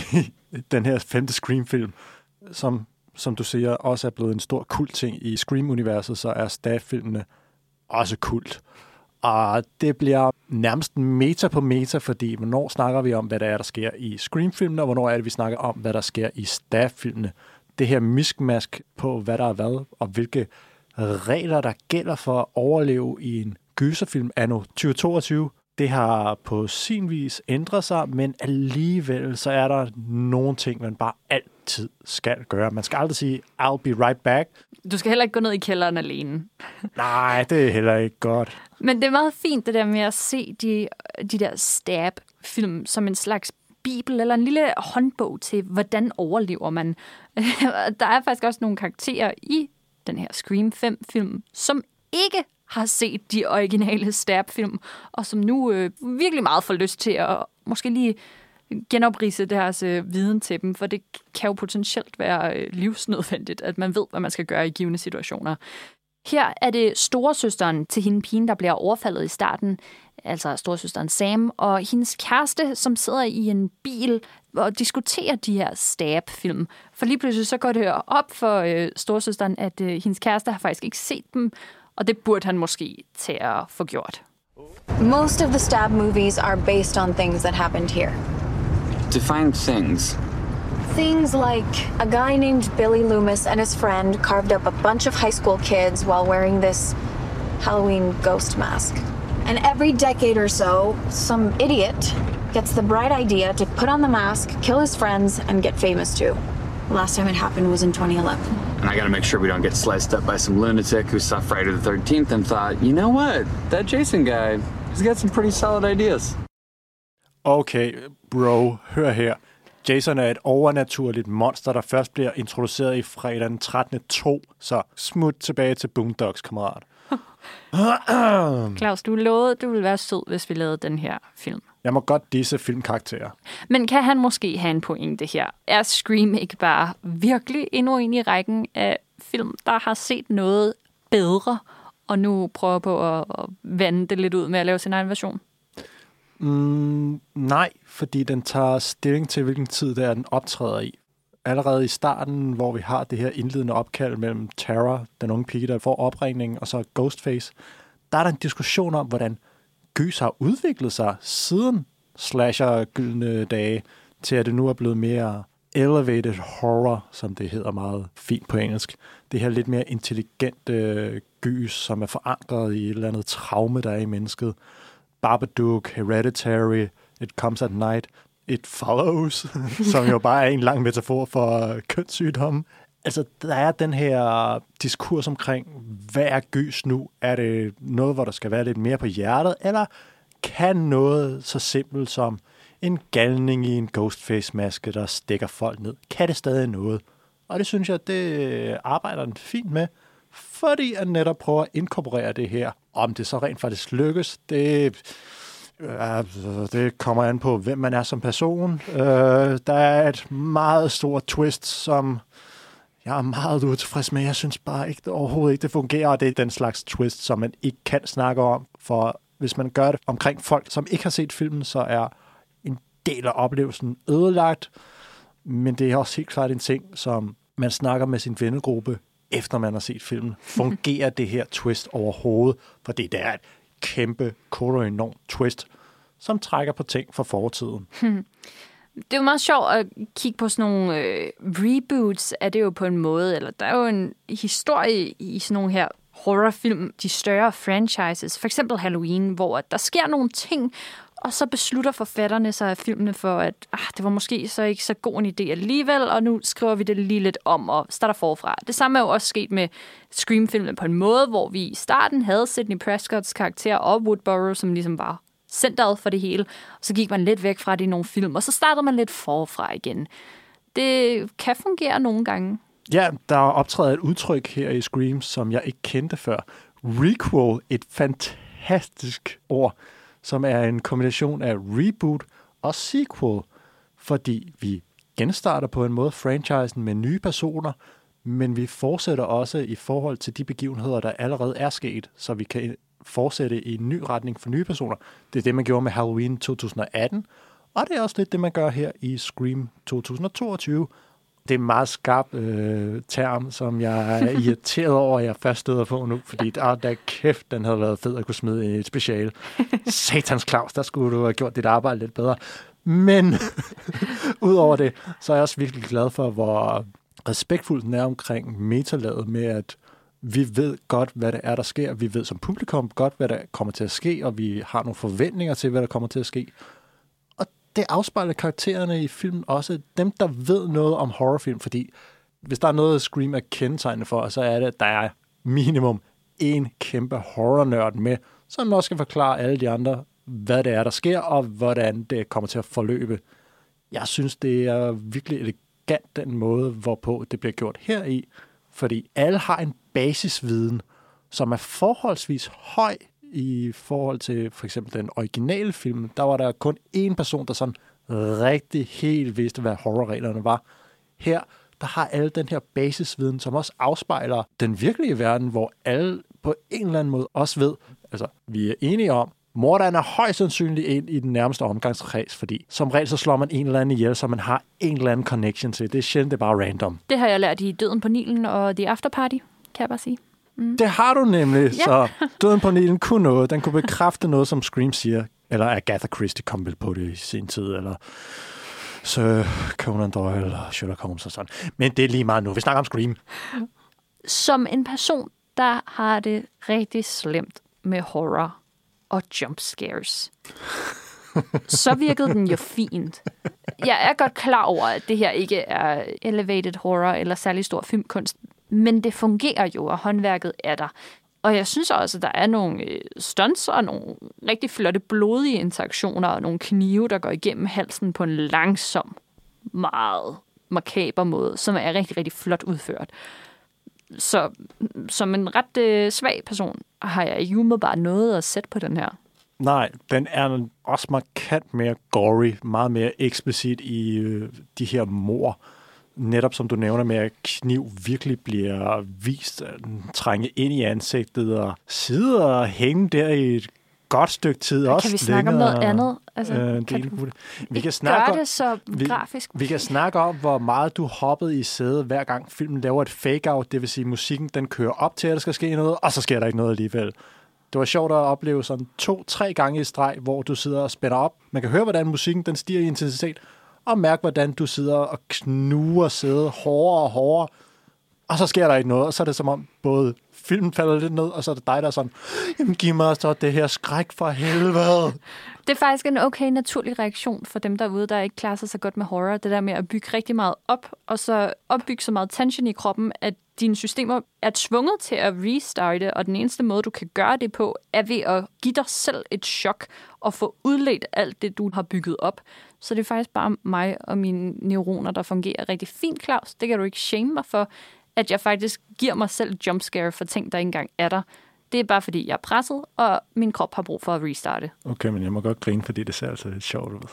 den her femte Scream-film, som, som du siger, også er blevet en stor kult ting i Scream-universet, så er Stab-filmene også kult. Og det bliver nærmest meta på meta, fordi hvornår snakker vi om, hvad der er, der sker i Scream-filmene, og hvornår er det, vi snakker om, hvad der sker i Stab-filmene. Det her miskmask på, hvad der er hvad, og hvilke regler, der gælder for at overleve i en gyserfilm anno tyve toogtyve, det har på sin vis ændret sig, men alligevel så er der nogle ting, man bare altid skal gøre. Man skal aldrig sige, I'll be right back. Du skal heller ikke gå ned i kælderen alene. Nej, det er heller ikke godt. Men det er meget fint, det der med at se de, de der Stab-film som en slags bibel eller en lille håndbog til, hvordan overlever man. Der er faktisk også nogle karakterer i den her Scream fem-film, som ikke har set de originale Stab-film, og som nu øh, virkelig meget får lyst til at måske lige genoprise deres øh, viden til dem, for det kan jo potentielt være øh, livsnødvendigt, at man ved, hvad man skal gøre i givne situationer. Her er det storesøsteren til hende pigen, der bliver overfaldet i starten, altså storesøsteren Sam, og hendes kæreste, som sidder i en bil og diskuterer de her Stab-film. For lige pludselig så går det op for øh, storesøsteren, at øh, hendes kæreste har faktisk ikke set dem, og det burde han måske til at få gjort. Most of the Stab movies are based on things that happened here. Define things. Things like a guy named Billy Loomis and his friend carved up a bunch of high school kids while wearing this Halloween ghost mask. And every decade or so, some idiot gets the bright idea to put on the mask, kill his friends, and get famous too. The last time it happened was in twenty eleven. And I gotta make sure we don't get sliced up by some lunatic who saw Friday the thirteenth and thought, you know what, that Jason guy, he's got some pretty solid ideas. Okay, bro, hør her. Jason er et overnaturligt monster, der først bliver introduceret i fredag den trettende to. Så smut tilbage til Boondocks, kammerat. Claus, du lovede, du ville være sød, hvis vi lavede den her film. Jeg må godt disse filmkarakterer. Men kan han måske have en pointe her? Er Scream ikke bare virkelig endnu en i rækken af film, der har set noget bedre, og nu prøver på at, at vande det lidt ud med at lave sin egen version? Mm, nej, fordi den tager stilling til, hvilken tid det er, den optræder i. Allerede i starten, hvor vi har det her indledende opkald mellem Tara, den unge pige, der får opringningen, og så Ghostface, der er der en diskussion om, hvordan gys har udviklet sig siden slasher-gyldne dage, til at det nu er blevet mere elevated horror, som det hedder meget fint på engelsk. Det her lidt mere intelligente gys, som er forankret i et eller andet traume, der er i mennesket. Babadook, Hereditary, It Comes at Night, It Follows, som jo bare er en lang metafor for kønssygdomme. Altså, der er den her diskurs omkring, hvad er gys nu? Er det noget, hvor der skal være lidt mere på hjertet, eller kan noget så simpelt som en galning i en Ghostface-maske, der stikker folk ned, kan det stadig noget? Og det synes jeg, det arbejder den fint med, fordi jeg netop prøver at inkorporere det her. Om det så rent faktisk lykkes, det, øh, det kommer an på, hvem man er som person. Øh, der er et meget stort twist, som jeg er meget utilfreds med. Jeg synes bare ikke, det overhovedet ikke det fungerer, og det er den slags twist, som man ikke kan snakke om. For hvis man gør det omkring folk, som ikke har set filmen, så er en del af oplevelsen ødelagt. Men det er også helt klart en ting, som man snakker med sin vennegruppe, efter man har set filmen. Fungerer det her twist overhovedet? For det er et kæmpe, kort enormt twist, som trækker på ting fra fortiden. Hmm. Det er jo meget sjovt at kigge på sådan nogle øh, reboots, er det jo på en måde, eller der er jo en historie i sådan nogle her horrorfilm, de større franchises, for eksempel Halloween, hvor der sker nogle ting, og så beslutter forfatterne sig af filmene for, at ah, det var måske så ikke så god en idé alligevel, og nu skriver vi det lige lidt om og starter forfra. Det samme er jo også sket med Scream-filmene på en måde, hvor vi i starten havde Sidney Prescotts karakter og Woodborough, som ligesom var centret for det hele. Og så gik man lidt væk fra det i nogle film, og så startede man lidt forfra igen. Det kan fungere nogle gange. Ja, der er optrædet et udtryk her i Scream, som jeg ikke kendte før. Requel, et fantastisk ord, som er en kombination af reboot og sequel, fordi vi genstarter på en måde franchisen med nye personer, men vi fortsætter også i forhold til de begivenheder, der allerede er sket, så vi kan fortsætte i en ny retning for nye personer. Det er det, man gjorde med Halloween to tusind atten, Og det er også lidt det, man gør her i Scream to tusind og toogtyve. Det er en meget skarp øh, term, som jeg er irriteret over, at jeg først støder på nu, fordi der, der kæft, den havde været fed at kunne smide i et special. Satans Claus, der skulle du have gjort dit arbejde lidt bedre. Men udover det, så er jeg også virkelig glad for, hvor respektfuldt den er omkring metalaget med, at vi ved godt, hvad det er, der sker. Vi ved som publikum godt, hvad der kommer til at ske, og vi har nogle forventninger til, hvad der kommer til at ske. Og det afspejler karaktererne i filmen også. Dem, der ved noget om horrorfilm, fordi hvis der er noget, Scream er kendetegnende for, så er det, at der er minimum en kæmpe horrornørd med, som også skal forklare alle de andre, hvad det er, der sker, og hvordan det kommer til at forløbe. Jeg synes, det er virkelig elegant den måde, hvorpå det bliver gjort heri, fordi alle har en basisviden, som er forholdsvis høj i forhold til for eksempel den originale film. Der var der kun én person, der sådan rigtig helt vidste, hvad horrorreglerne var. Her, der har alle den her basisviden, som også afspejler den virkelige verden, hvor alle på en eller anden måde også ved, altså vi er enige om, morderen er højst sandsynligt ind i den nærmeste omgangskreds, fordi som regel så slår man en eller anden ihjel, så man har en eller anden connection til. Det er sjældent, det er bare random. Det har jeg lært i Døden på Nilen og The After Party, kan jeg bare sige. Mm. Det har du nemlig, Ja. så Døden på Nilen kunne noget. Den kunne bekræfte noget, som Scream siger. Eller Agatha Christie kom vel på det i sin tid, eller så Conan Doyle eller Sherlock Holmes og sådan. Men det er lige meget nu. Vi snakker om Scream. Som en person, der har det rigtig slemt med horror og jump scares, så virkede den jo fint. Jeg er godt klar over, at det her ikke er elevated horror eller særlig stor filmkunst, men det fungerer jo, og håndværket er der. Og jeg synes også, at der er nogle stunts og nogle rigtig flotte, blodige interaktioner og nogle knive, der går igennem halsen på en langsom, meget makaber måde, som er rigtig, rigtig flot udført. Så som en ret øh, svag person har jeg ikke umiddelbart noget at sætte på den her. Nej, den er også markant mere gory, meget mere eksplicit i øh, de her mord. Netop som du nævner med, at kniv virkelig bliver vist at trænge ind i ansigtet og sidde og hænge der i et godt stykke tid. Kan også vi snakke længere, om noget andet? Altså, øh, kan det, du vi kan snakke gøre det så vi, grafisk? Vi kan snakke om, hvor meget du hoppede i sædet, hver gang filmen laver et fake-out. Det vil sige, at musikken den kører op til, at der skal ske noget, og så sker der ikke noget alligevel. Det var sjovt at opleve sådan to-tre gange i streg, hvor du sidder og spænder op. Man kan høre, hvordan musikken den stiger i intensitet, og mærke, hvordan du sidder og knuger sædet hårdere og hårdere. Og så sker der ikke noget, og så er det som om både filmen falder lidt ned, og så er det dig, der er sådan, jamen giv mig så det her skræk for helvede. Det er faktisk en okay naturlig reaktion for dem derude, der ikke klarer sig så godt med horror. Det der med at bygge rigtig meget op, og så opbygge så meget tension i kroppen, at dine systemer er tvunget til at restarte, og den eneste måde, du kan gøre det på, er ved at give dig selv et chok og få udledt alt det, du har bygget op. Så det er faktisk bare mig og mine neuroner, der fungerer rigtig fint, Claus. Det kan du ikke shame mig for, at jeg faktisk giver mig selv jumpscare for ting, der ikke engang er der. Det er bare, fordi jeg er presset, og min krop har brug for at restarte. Okay, men jeg må godt grine, fordi det ser altså lidt sjovt ud.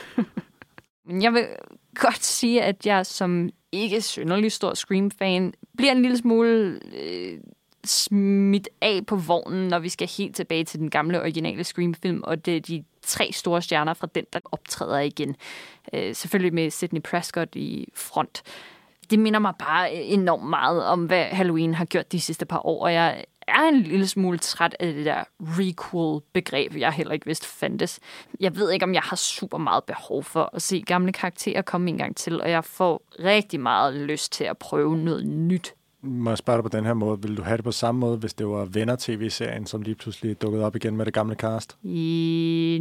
Men jeg vil godt sige, at jeg som ikke synderlig stor Scream-fan bliver en lille smule øh, smidt af på vognen, når vi skal helt tilbage til den gamle originale Scream-film, og det er de tre store stjerner fra den, der optræder igen. Øh, selvfølgelig med Sidney Prescott i front. Det minder mig bare enormt meget om, hvad Halloween har gjort de sidste par år, og jeg er en lille smule træt af det der requel-begreb, jeg heller ikke vidste fandtes. Jeg ved ikke, om jeg har super meget behov for at se gamle karakterer komme en gang til, og jeg får rigtig meget lyst til at prøve noget nyt. Må jeg spørge dig på den her måde? Vil du have det på samme måde, hvis det var Venner-tv-serien, som lige pludselig dukkede op igen med det gamle cast? I...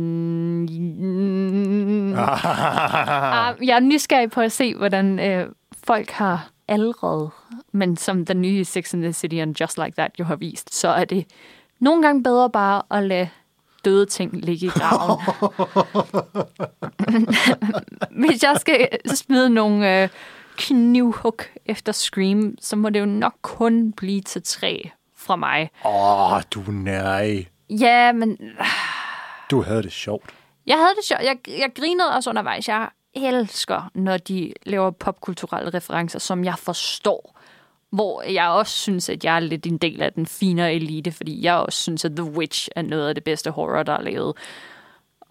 Jeg er nysgerrig på at se, hvordan øh, folk har aldret, men som den nye Sex and the City and Just Like That jo har vist, så er det nogle gange bedre bare at lade døde ting ligge i graven. Hvis jeg skal smide nogle øh, knivhug efter Scream, så må det jo nok kun blive til tre fra mig. Åh, oh, du nej. Ja, men... Du havde det sjovt. Jeg havde det sjovt. Jeg, jeg grinede også undervejs. Jeg elsker, når de laver popkulturelle referencer, som jeg forstår. Hvor jeg også synes, at jeg er lidt en del af den finere elite, fordi jeg også synes, at The Witch er noget af det bedste horror, der er lavet.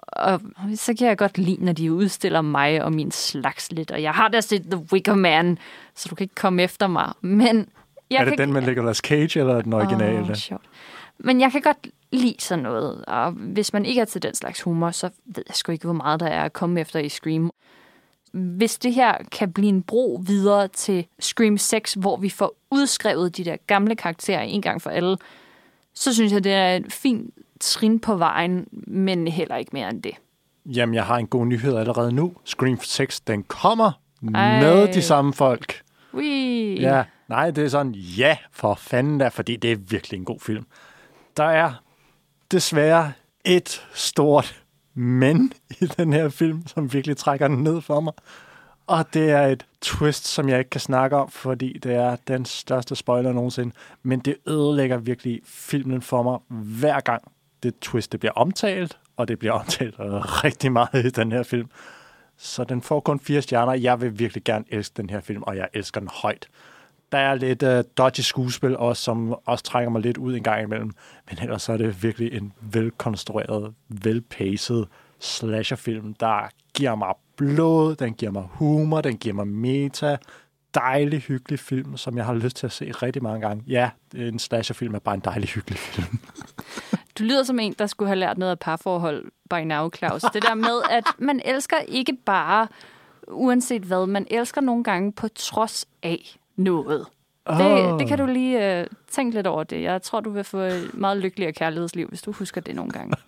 Og så kan jeg godt lide, når de udstiller mig og min slags lidt. Og jeg har da set The Wicker Man, så du kan ikke komme efter mig. Men jeg er det kan... den med Nicolas Cage, eller den originale? Oh, sjovt. Men jeg kan godt lide sådan noget. Og hvis man ikke er til den slags humor, så ved jeg sgu ikke, hvor meget der er at komme efter i Scream. Hvis det her kan blive en bro videre til Scream seks, hvor vi får udskrevet de der gamle karakterer en gang for alle, så synes jeg, det er et fint trin på vejen, men heller ikke mere end det. Jamen, jeg har en god nyhed allerede nu. Scream seks, den kommer Ej. med de samme folk. Ui. Ja, nej, det er sådan, ja, for fanden da, fordi det er virkelig en god film. Der er desværre et stort men i den her film, som virkelig trækker den ned for mig. Og det er et twist, som jeg ikke kan snakke om, fordi det er den største spoiler nogensinde. Men det ødelægger virkelig filmen for mig hver gang det twist det bliver omtalt, og det bliver omtalt rigtig meget i den her film. Så den får kun fire stjerner. Jeg vil virkelig gerne elske den her film, og jeg elsker den højt. Der er lidt uh, dodgy skuespil også, som også trækker mig lidt ud en gang imellem. Men ellers så er det virkelig en velkonstrueret, velpaced slasherfilm, der giver mig blod, den giver mig humor, den giver mig meta. Dejlig, hyggelig film, som jeg har lyst til at se rigtig mange gange. Ja, en slasherfilm er bare en dejlig, hyggelig film. Du lyder som en, der skulle have lært noget af parforhold by now, Claus. Det der med, at man elsker ikke bare, uanset hvad, man elsker nogle gange på trods af noget. Oh. Det, det kan du lige uh, tænke lidt over det. Jeg tror, du vil få et meget lykkeligere kærlighedsliv, hvis du husker det nogle gange.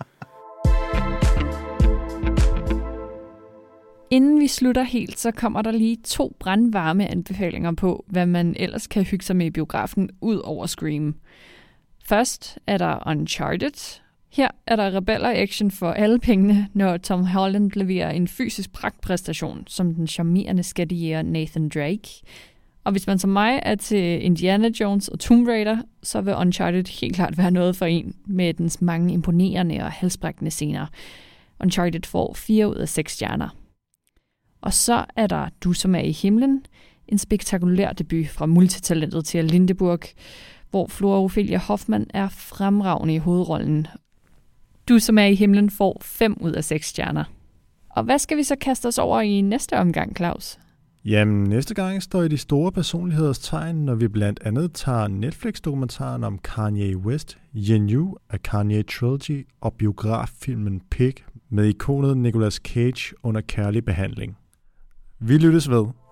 Inden vi slutter helt, så kommer der lige to brandvarme anbefalinger på, hvad man ellers kan hygge sig med i biografen ud over Scream. Først er der Uncharted. Her er der rebeller action for alle pengene, når Tom Holland leverer en fysisk pragtpræstation som den charmerende skattejæger Nathan Drake. Og hvis man som mig er til Indiana Jones og Tomb Raider, så vil Uncharted helt klart være noget for en med dens mange imponerende og halsbrækkende scener. Uncharted får fire ud af seks stjerner. Og så er der Du, som er i himlen, en spektakulær debut fra multitalentet til Lindeburg, hvor Flora Ophelia Hoffmann er fremragende i hovedrollen. Du, som er i himlen, får fem ud af seks stjerner. Og hvad skal vi så kaste os over i næste omgang, Claus? Jamen, næste gang står i de store personligheders tegn, når vi blandt andet tager Netflix-dokumentaren om Kanye West, Yenyu af Kanye Trilogy og biograffilmen Pig med ikonet Nicolas Cage under kærlig behandling. Vi lyttes ved.